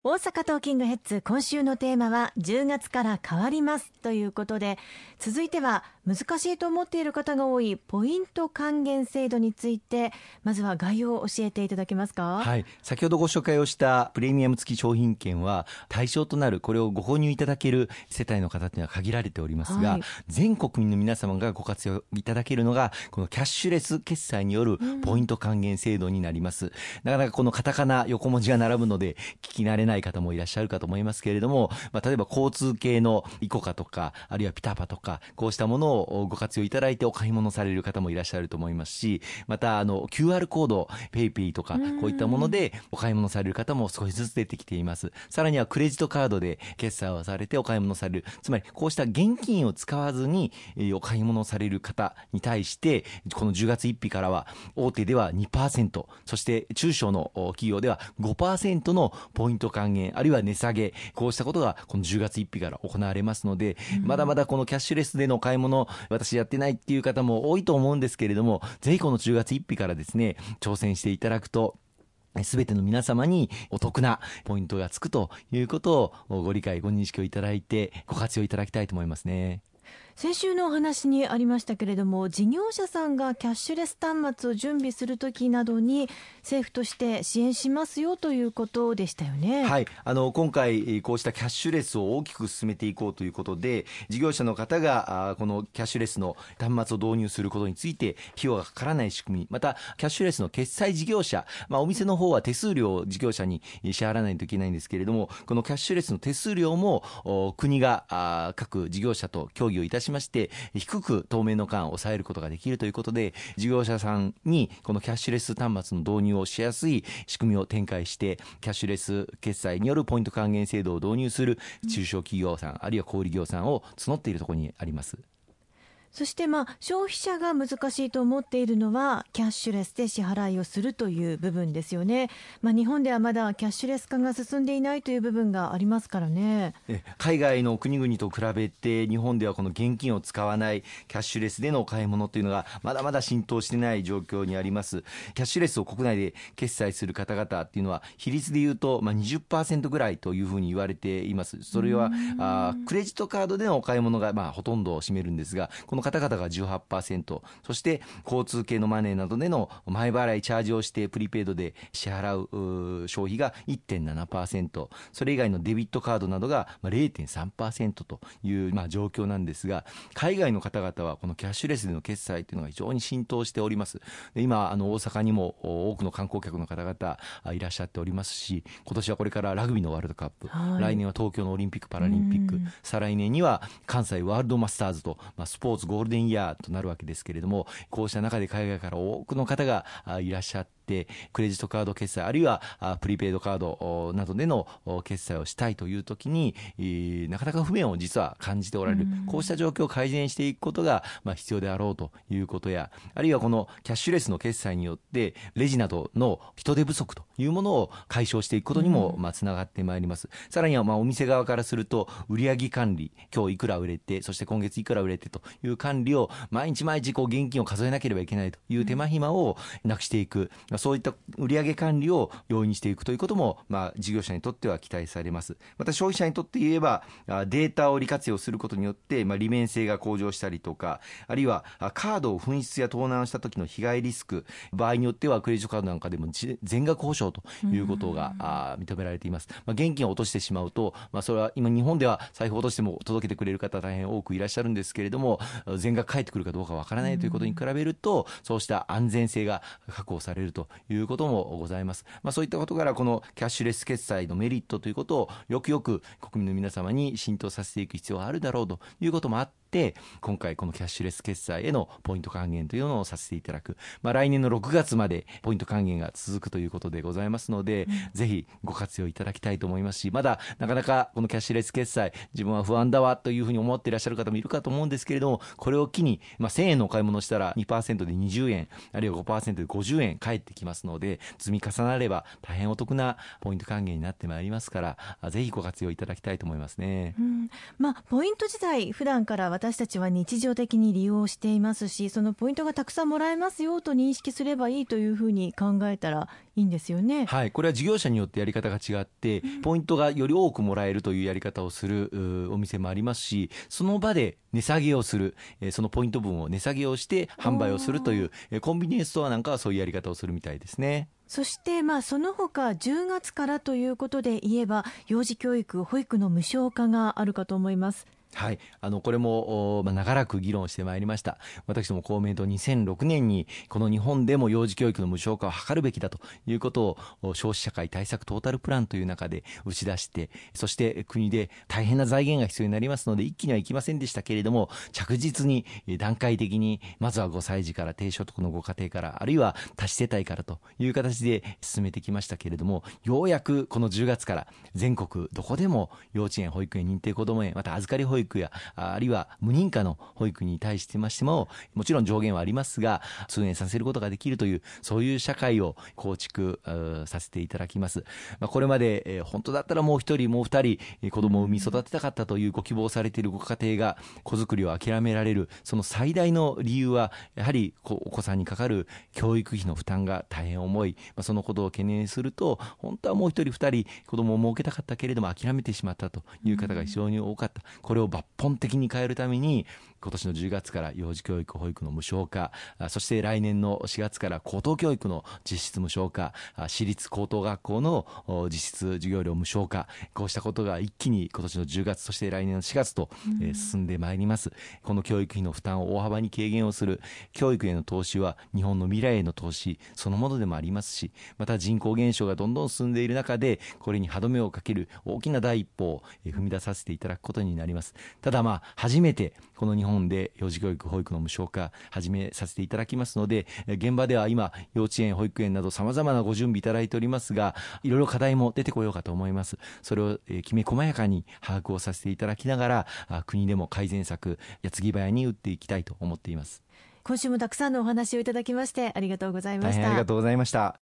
大阪トーキングヘッズ、今週のテーマは10月から変わりますということで、続いては難しいと思っている方が多いポイント還元制度について、まずは概要を教えていただけますか。 はい、先ほどご紹介をしたプレミアム付き商品券は対象となるこれをご購入いただける世帯の方というのは限られておりますが、全国民の皆様がご活用いただけるのがこのキャッシュレス決済によるポイント還元制度になります。なかなかこのカタカナ横文字が並ぶので聞き慣れない方もいらっしゃるかと思いますけれども、例えば交通系のイコカとかあるいはピタパとかこうしたものをご活用いただいてお買い物される方もいらっしゃると思いますし、またQR コードペイペイとかこういったものでお買い物される方も少しずつ出てきています。さらにはクレジットカードで決済をされてお買い物される、つまりこうした現金を使わずにお買い物される方に対してこの10月1日からは大手では 2%、 そして中小の企業では 5% のポイント還元あるいは値下げ、こうしたことがこの10月1日から行われますので、まだまだこのキャッシュレスでの買い物私やってないっていう方も多いと思うんですけれども、ぜひこの10月1日からですね挑戦していただくとすべての皆様にお得なポイントがつくということをご理解ご認識をいただいてご活用いただきたいと思いますね。 先週のお話にありましたけれども、事業者さんがキャッシュレス端末を準備するときなどに政府として支援しますよということでしたよね。 はい、今回こうしたキャッシュレスを大きく進めていこうということで、事業者の方がこのキャッシュレスの端末を導入することについて費用がかからない仕組み、またキャッシュレスの決済事業者、お店の方は手数料を事業者に支払わないといけないんですけれども、このキャッシュレスの手数料も国が各事業者と協議をいたしまして低く当面の間抑えることができるということで、事業者さんにこのキャッシュレス端末の導入をしやすい仕組みを展開して、キャッシュレス決済によるポイント還元制度を導入する中小企業さんあるいは小売業さんを募っているところにあります。 そして消費者が難しいと思っているのはキャッシュレスで支払いをするという部分ですよね。日本ではまだキャッシュレス化が進んでいないという部分がありますからね。 海外の国々と比べて日本ではこの現金を使わないキャッシュレスでの買い物というのがまだまだ浸透していない状況にあります。キャッシュレスを国内で決済する方々っていうのは比率でいうと20% ぐらいというふうに言われています。それはクレジットカードでのお買い物がほとんどを占めるんですが、この方々が 18%、 そして交通系のマネーなどでの前払いチャージをしてプリペイドで支払う消費が 1.7%、 それ以外のデビットカードなどが 0.3% という状況なんですが、海外の方々はこのキャッシュレスでの決済というのが非常に浸透しております。で今大阪にも多くの観光客の方々いらっしゃっておりますし、今年はこれからラグビーのワールドカップ、来年は東京のオリンピック・パラリンピック、再来年には関西ワールドマスターズと、スポーツゴールデンイヤーとなるわけですけれども、こうした中で海外から多くの方がいらっしゃって、クレジットカード決済あるいはプリペイドカードなどでの決済をしたいという時になかなか不便を実は感じておられる、こうした状況を改善していくことが必要であろうということや、あるいはこのキャッシュレスの決済によってレジなどの人手不足というものを解消していくことにもつながってまいります。さらにはお店側からすると売上管理、今日いくら売れてそして今月いくら売れてという管理を毎日毎日現金を数えなければいけないという手間暇をなくしていく、そういった売上管理を容易にしていくということも事業者にとっては期待されます。また消費者にとって言えばデータを利活用することによって利便性が向上したりとか、あるいはカードを紛失や盗難した時の被害リスク、場合によってはクレジットカードなんかでも全額保証ということが認められています。現金を落としてしまうと、それは今日本では財布を落としても届けてくれる方大変多くいらっしゃるんですけれども、全額返ってくるかどうかわからないということに比べると、そうした安全性が確保されるということもございます。そういったことからこのキャッシュレス決済のメリットということをよくよく国民の皆様に浸透させていく必要があるだろうということもあって、今回このキャッシュレス決済へのポイント還元というのをさせていただく、来年の6月までポイント還元が続くということでございますので、ぜひご活用いただきたいと思いますし、まだなかなかこのキャッシュレス決済自分は不安だわというふうに思っていらっしゃる方もいるかと思うんですけれども、これを機に、1000円のお買い物したら 2% で20円あるいは 5% で50円返ってきますので、積み重なれば大変お得なポイント還元になってまいりますから、ぜひご活用いただきたいと思いますね。 ポイント自体普段から私たちは日常的に利用していますし、そのポイントがたくさんもらえますよと認識すればいいというふうに考えたらいいんですよね。 はい、これは事業者によってやり方が違って、ポイントがより多くもらえるというやり方をするお店もありますし、その場で値下げをする、そのポイント分を値下げをして販売をするというコンビニエンスストアなんかはそういうやり方をするみたいですね。 そしてその他10月からということで言えば、幼児教育保育の無償化があるかと思います。 はい、これも、長らく議論してまいりました。私ども公明党2006年にこの日本でも幼児教育の無償化を図るべきだということを消費社会対策トータルプランという中で打ち出して、そして国で大変な財源が必要になりますので一気にはいきませんでしたけれども、着実に段階的にまずは5歳児から低所得のご家庭から、あるいは多子世帯からという形で進めてきましたけれども、ようやくこの10月から全国どこでも幼稚園保育園認定こども園、また預かり保育やあるいは無認可の保育に対してましても、もちろん上限はありますが通園させることができるという、そういう社会を構築させていただきます。これまで本当だったらもう一人もう二人子供を産み育てたかったというご希望されているご家庭が子作りを諦められる、その最大の理由はやはりお子さんにかかる教育費の負担が大変重い、そのことを懸念すると、本当はもう一人二人子供を設けたかったけれども諦めてしまったという方が非常に多かった。これを抜本的に変えるために今年の10月から幼児教育保育の無償化、そして来年の4月から高等教育の実質無償化、私立高等学校の実質授業料無償化、こうしたことが一気に今年の10月そして来年の4月と進んでまいります。この教育費の負担を大幅に軽減をする、教育への投資は日本の未来への投資そのものでもありますし、また人口減少がどんどん進んでいる中でこれに歯止めをかける大きな第一歩を踏み出させていただくことになります。ただ初めてこの日本で幼児教育保育の無償化始めさせていただきますので、現場では今幼稚園保育園などさまざまなご準備いただいておりますが、いろいろ課題も出てこようかと思います。それをきめ細やかに把握をさせていただきながら、国でも改善策矢継ぎ早に打っていきたいと思っています。 今週もたくさんのお話をいただきましてありがとうございました。 大変ありがとうございました。